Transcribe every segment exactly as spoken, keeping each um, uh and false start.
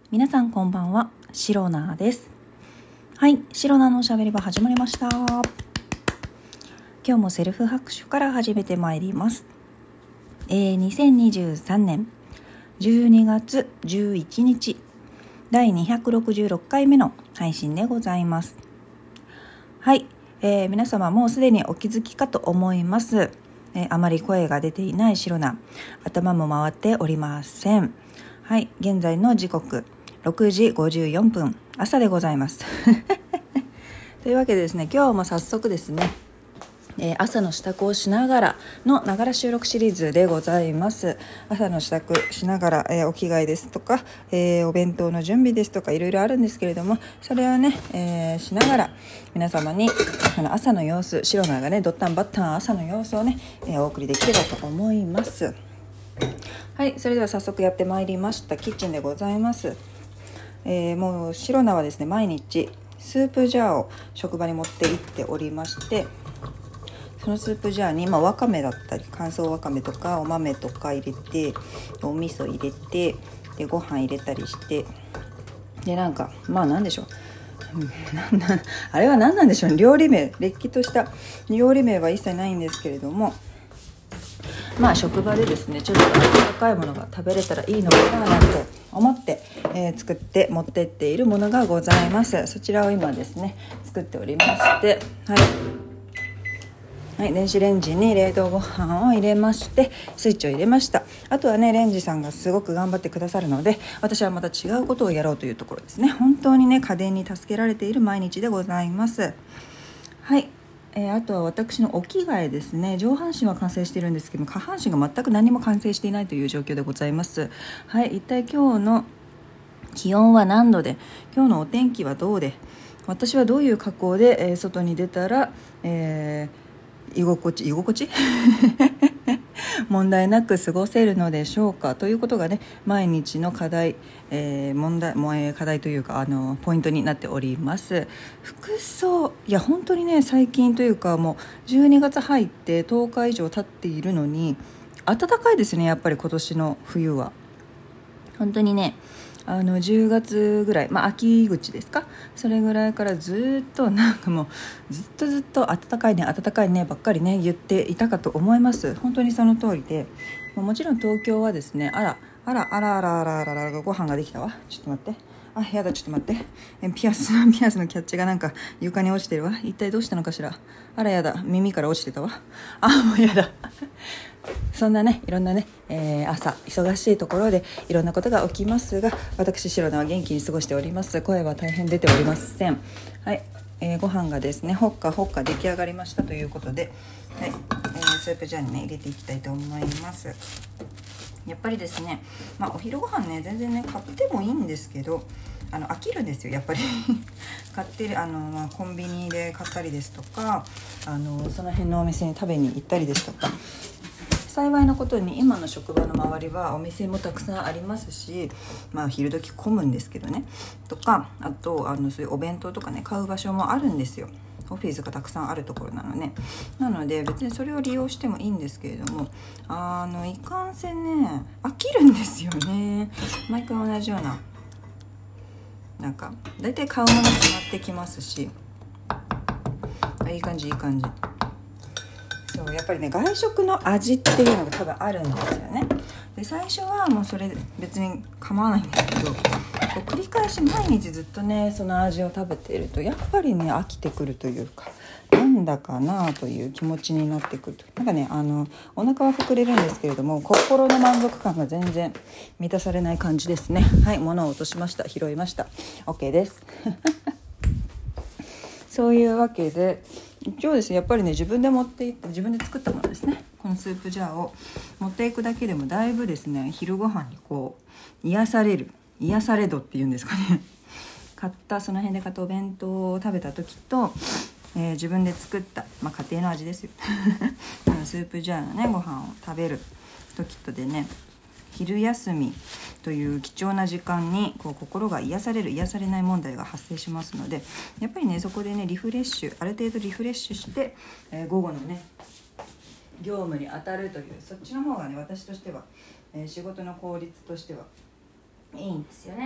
皆さんこんばんは、シロナです。はい、シロナのおしゃべり場始まりました。今日もセルフ拍手から始めてまいります。えー、にせんにじゅうさんねんじゅうにがつじゅういちにちだいにひゃくろくじゅうろっかいめの配信でございます。はい、えー、皆様もうすでにお気づきかと思います。えー、あまり声が出ていないシロナ、頭も回っておりません。はい、現在の時刻ろくじごじゅうよんぷん、朝でございますというわけでですね、今日も早速ですね、えー、朝の支度をしながらのながら収録シリーズでございます。朝の支度しながら、えー、お着替えですとか、えー、お弁当の準備ですとかいろいろあるんですけれども、それをね、えー、しながら皆様にこの朝の様子、シロナがねドッタンバッタン朝の様子をね、えー、お送りできればと思います。はい、それでは早速やってまいりました。キッチンでございます。えー、もうシロナはですね、毎日スープジャーを職場に持って行っておりまして、そのスープジャーに、まあ、わかめだったり乾燥わかめとかお豆とか入れて、お味噌入れて、でご飯入れたりして、でなんかまあなんでしょうあれは何なんでしょうね、料理名、れっきとした料理名は一切ないんですけれども、まあ職場でですね、ちょっと温かいものが食べれたらいいのかななんて思って、えー、作って持ってっているものがございます。そちらを今ですね作っておりまして、はい、はい、電子レンジに冷凍ご飯を入れまして、スイッチを入れました。あとはね、レンジさんがすごく頑張ってくださるので、私はまた違うことをやろうというところですね。本当にね、家電に助けられている毎日でございます。はい、えー、あとは私のお着替えですね。上半身は完成しているんですけども、下半身が全く何も完成していないという状況でございます。はい、一体今日の気温は何度で、今日のお天気はどうで、私はどういう格好で、えー、外に出たら、えー、居心地居心地問題なく過ごせるのでしょうかということがね、毎日の課題、えー、問題もえ課題というか、あのポイントになっております。服装、いや本当にね、最近というかもうじゅうにがつ入ってとおか以上経っているのに暖かいですね。やっぱり今年の冬は本当にね、あのじゅうがつぐらい、まあ秋口ですか、それぐらいからずっとなんかもうずっとずっと暖かいね暖かいねばっかりね言っていたかと思います。本当にその通りで、もちろん東京はですね、あらあらあらあらあらあらあらご飯ができたわ。ちょっと待って、あ、やだ、ちょっと待って、えピアスピアスのキャッチがなんか床に落ちてるわ。一体どうしたのかしら。あらやだ、耳から落ちてたわ。あ、もうやだそんなね、いろんなね、えー、朝忙しいところでいろんなことが起きますが、私シロナは元気に過ごしております。声は大変出ておりません。はい、えー、ご飯がですねほっかほっか出来上がりましたということで、はい、えー、スープジャーにね入れていきたいと思います。やっぱりですね、まあ、お昼ご飯ね全然ね買ってもいいんですけど、あの飽きるんですよやっぱり買ってるあの、まあ、コンビニで買ったりですとか、あのその辺のお店に食べに行ったりですとか、幸いなことに今の職場の周りはお店もたくさんありますし、まあ昼時混むんですけどねとか、あとあのそういうお弁当とかね買う場所もあるんですよ。オフィスがたくさんあるところなのね。なので別にそれを利用してもいいんですけれども、あのいかんせんね飽きるんですよね。毎回同じような、なんかだいたい買うもの決まってきますし、あ、いい感じいい感じ。そうやっぱりね、外食の味っていうのが多分あるんですよね。で最初はもうそれ別に構わないんですけど、こう繰り返し毎日ずっとねその味を食べているとやっぱりね飽きてくるというか、なんだかなという気持ちになってくると、なんかね、あのお腹は膨れるんですけれども心の満足感が全然満たされない感じですね。はい、物を落としました、拾いました、 OK ですそういうわけで一応ですね、やっぱりね自分で持っていって自分で作ったものですね、このスープジャーを持っていくだけでもだいぶですね、昼ご飯にこう癒される、癒され度っていうんですかね買ったその辺で買ったお弁当を食べた時と、えー、自分で作った、まあ、家庭の味ですよスープジャーのねご飯を食べる時とでね、昼休みという貴重な時間にこう心が癒される癒されない問題が発生しますので、やっぱりねそこでねリフレッシュ、ある程度リフレッシュして、えー、午後のね業務に当たるという、そっちの方がね私としては、えー、仕事の効率としてはいいんですよね。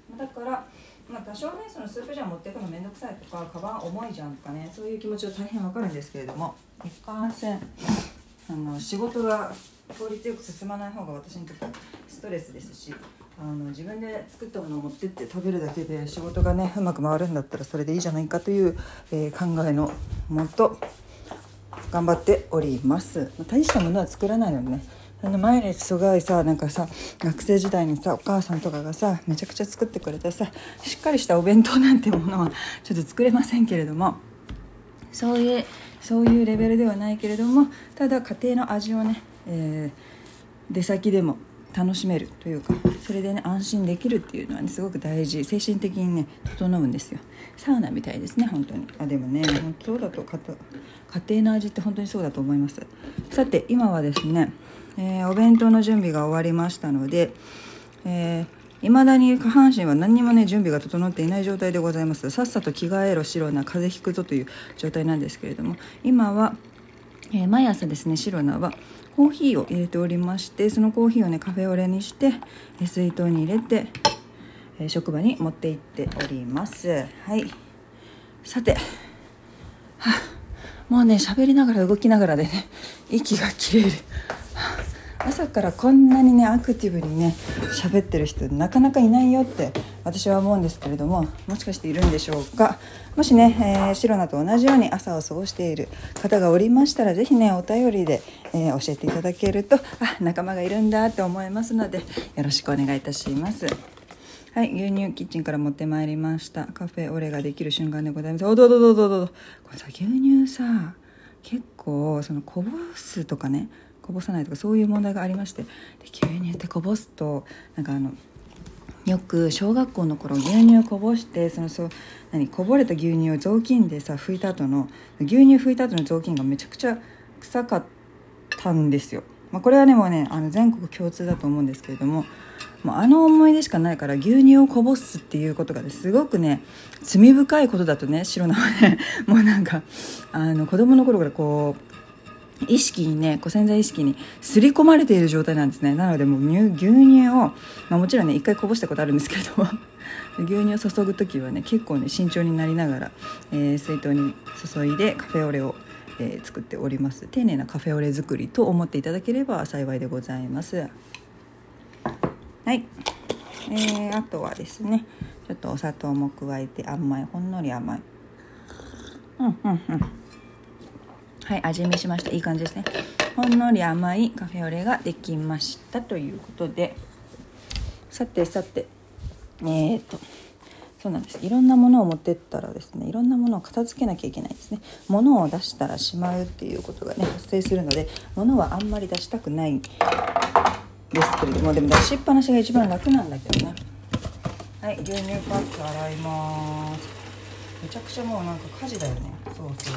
だから、まあ、多少ねそのスープジャー持っていくのめんどくさいとか、カバン重いじゃんとかね、そういう気持ちは大変わかるんですけれども、いかんせんあの仕事が効率よく進まない方が私にとってはストレスですし、あの自分で作ったものを持ってって食べるだけで仕事がねうまく回るんだったらそれでいいじゃないかという、えー、考えのもと頑張っております。大したものは作らないのでね、あの毎日すごいさ、なんかさ学生時代にさお母さんとかがさめちゃくちゃ作ってくれたさしっかりしたお弁当なんてものはちょっと作れませんけれども、そういうそういうレベルではないけれども、ただ家庭の味をね、えー、出先でも楽しめるというか、それでね安心できるっていうのはねすごく大事、精神的にね整うんですよ。サウナみたいですね本当に。あでもね本当そうだと家庭の味って本当にそうだと思います。さて今はですね、えー、お弁当の準備が終わりましたので、えー、未だに下半身は何にもね準備が整っていない状態でございます。さっさと着替えろ白な風邪ひくぞという状態なんですけれども、今は、えー、毎朝ですね白菜はコーヒーを入れておりまして、そのコーヒーをねカフェオレにして水筒に入れて、えー、職場に持って行っております。はい、さて、はあ、もうね喋りながら動きながらでね息が切れる。朝からこんなにねアクティブにね喋ってる人なかなかいないよって私は思うんですけれども、もしかしているんでしょうか。もしね、えー、シロナと同じように朝を過ごしている方がおりましたら、ぜひねお便りで、えー、教えていただけると、あ仲間がいるんだって思いますので、よろしくお願いいたします。はい、牛乳キッチンから持ってまいりました。カフェオレができる瞬間でございます。おどどどどどど、これさ牛乳さ結構そのこぼすとかねこぼさないとかそういう問題がありまして、で牛乳ってこぼすとなんかあのよく小学校の頃牛乳こぼしてそのそう何こぼれた牛乳を雑巾でさ拭いた後の牛乳拭いた後の雑巾がめちゃくちゃ臭かったんですよ。まあ、これはねもうねあの全国共通だと思うんですけれども、もうあの思い出しかないから、牛乳をこぼすっていうことがねすごくね罪深いことだとね白菜はねもうなんかあの子供の頃からこう意識にねこう潜在意識に刷り込まれている状態なんですね。なのでもう牛乳を、まあ、もちろんね一回こぼしたことあるんですけれども牛乳を注ぐときはね結構ね慎重になりながら、えー、水筒に注いでカフェオレを、えー、作っております。丁寧なカフェオレ作りと思っていただければ幸いでございます。はい、えー、あとはですねちょっとお砂糖も加えて甘いほんのり甘いうんうんうんはい、味見しました。いい感じですね。ほんのり甘いカフェオレができましたということで、さてさてえーとそうなんです。いろんなものを持ってったらですね、いろんなものを片付けなきゃいけないですね。物を出したらしまうっていうことがね発生するので、物はあんまり出したくないですけれども、でも出しっぱなしが一番楽なんだけどね。はい、牛乳パック洗います。めちゃくちゃもうなんか火事だよね。そうそう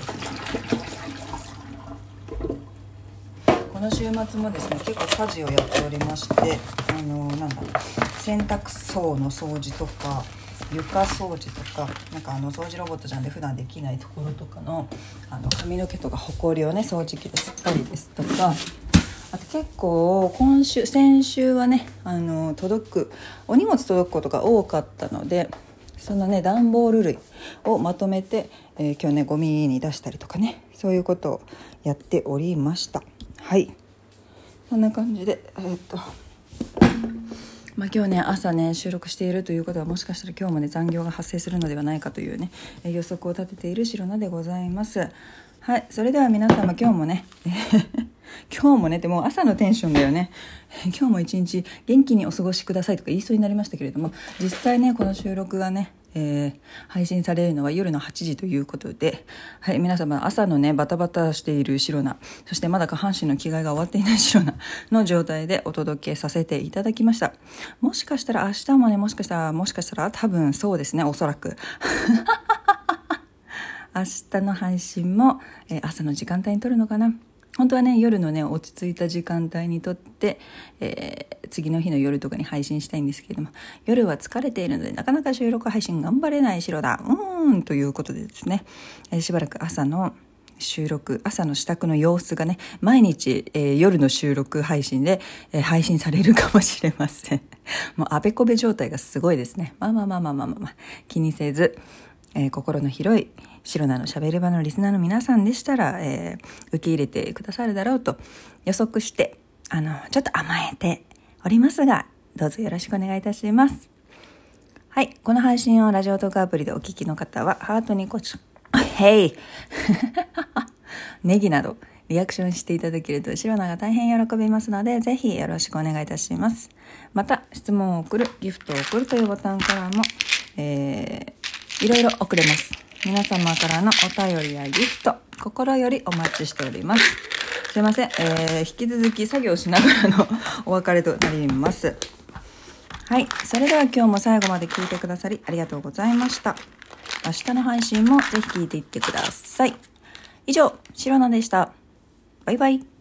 この週末もですね結構家事をやっておりまして、あのなんだ洗濯槽の掃除とか床掃除とか、なんかあの掃除ロボットじゃんで普段できないところとかの、あの髪の毛とかほこりをね掃除機で吸ったりですとか、あと結構今週先週はねあの届くお荷物届くことが多かったので、そのね段ボール類をまとめて、えー、今日ねゴミに出したりとかね、そういうことをやっておりました。はい、こんな感じでえー、っとまあ、今日ね朝ね収録しているということは、もしかしたら今日もね残業が発生するのではないかというね予測を立てている白菜でございます。はい、それでは皆様今日もね今日もねってもう朝のテンションだよね。今日も一日元気にお過ごしくださいとか言いそうになりましたけれども、実際ねこの収録がね、えー、配信されるのは夜のはちじということで、はい、皆様朝のねバタバタしている白菜、そしてまだ下半身の着替えが終わっていない白菜の状態でお届けさせていただきました。もしかしたら明日もねもしかしたらもしかしたら多分そうですね、おそらく明日の配信も、えー、朝の時間帯に撮るのかな。本当はね夜のね落ち着いた時間帯にとって、えー、次の日の夜とかに配信したいんですけれども、夜は疲れているのでなかなか収録配信頑張れない白だうーんということでですね、えー、しばらく朝の、 収録、朝の支度の様子がね、毎日、えー、夜の収録配信で、えー、配信されるかもしれません。もうあべこべ状態がすごいですね。まあまあまあまあまあまあ、まあ、気にせず、えー、心の広いシロナのしゃべる場のリスナーの皆さんでしたら、えー、受け入れてくださるだろうと予測して、あの、ちょっと甘えておりますが、どうぞよろしくお願いいたします。はい。この配信をラジオトークアプリでお聞きの方は、ハートにこち、へいネギなどリアクションしていただけるとシロナが大変喜びますので、ぜひよろしくお願いいたします。また、質問を送る、ギフトを送るというボタンからも、えー、いろいろ送れます。皆様からのお便りやギフト、心よりお待ちしております。すいません、えー、引き続き作業しながらのお別れとなります。はい。それでは今日も最後まで聞いてくださりありがとうございました。明日の配信もぜひ聞いていってください。以上、シロナでした。バイバイ。